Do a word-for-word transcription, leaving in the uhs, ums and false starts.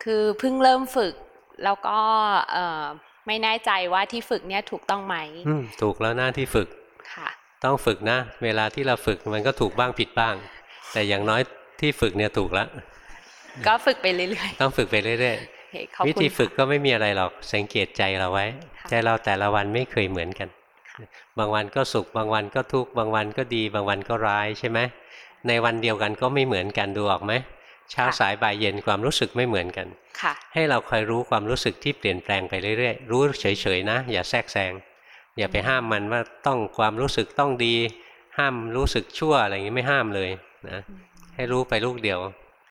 คือเพิ่งเริ่มฝึกแล้วก็เอ่อไม่แน่ใจว่าที่ฝึกเนี่ยถูกต้องไหมอืมถูกแล้วหน้าที่ฝึกค่ะต้องฝึกนะเวลาที่เราฝึกมันก็ถูกบ้างผิดบ้างแต่อย่างน้อยที่ฝึกเนี่ยถูกแล้วก็ฝึกไปเรื่อยๆต้องฝึกไปเรื่อยๆวิธีฝึกก็ไม่มีอะไรหรอกสังเกตใจเราไว้ใจเราแต่ละวันไม่เคยเหมือนกันบางวันก็สุขบางวันก็ทุกข์บางวันก็ดีบางวันก็ร้ายใช่ไหมในวันเดียวกันก็ไม่เหมือนกันดูออกไหมเช้าสายบ่ายเย็นความรู้สึกไม่เหมือนกันให้เราคอยรู้ความรู้สึกที่เปลี่ยนแปลงไปเรื่อยๆรู้เฉยๆนะอย่าแทรกแซงอย่าไปห้ามมันว่าต้องความรู้สึกต้องดีห้ามรู้สึกชั่วอะไรอย่างนี้ไม่ห้ามเลยนะให้รู้ไปลูกเดียว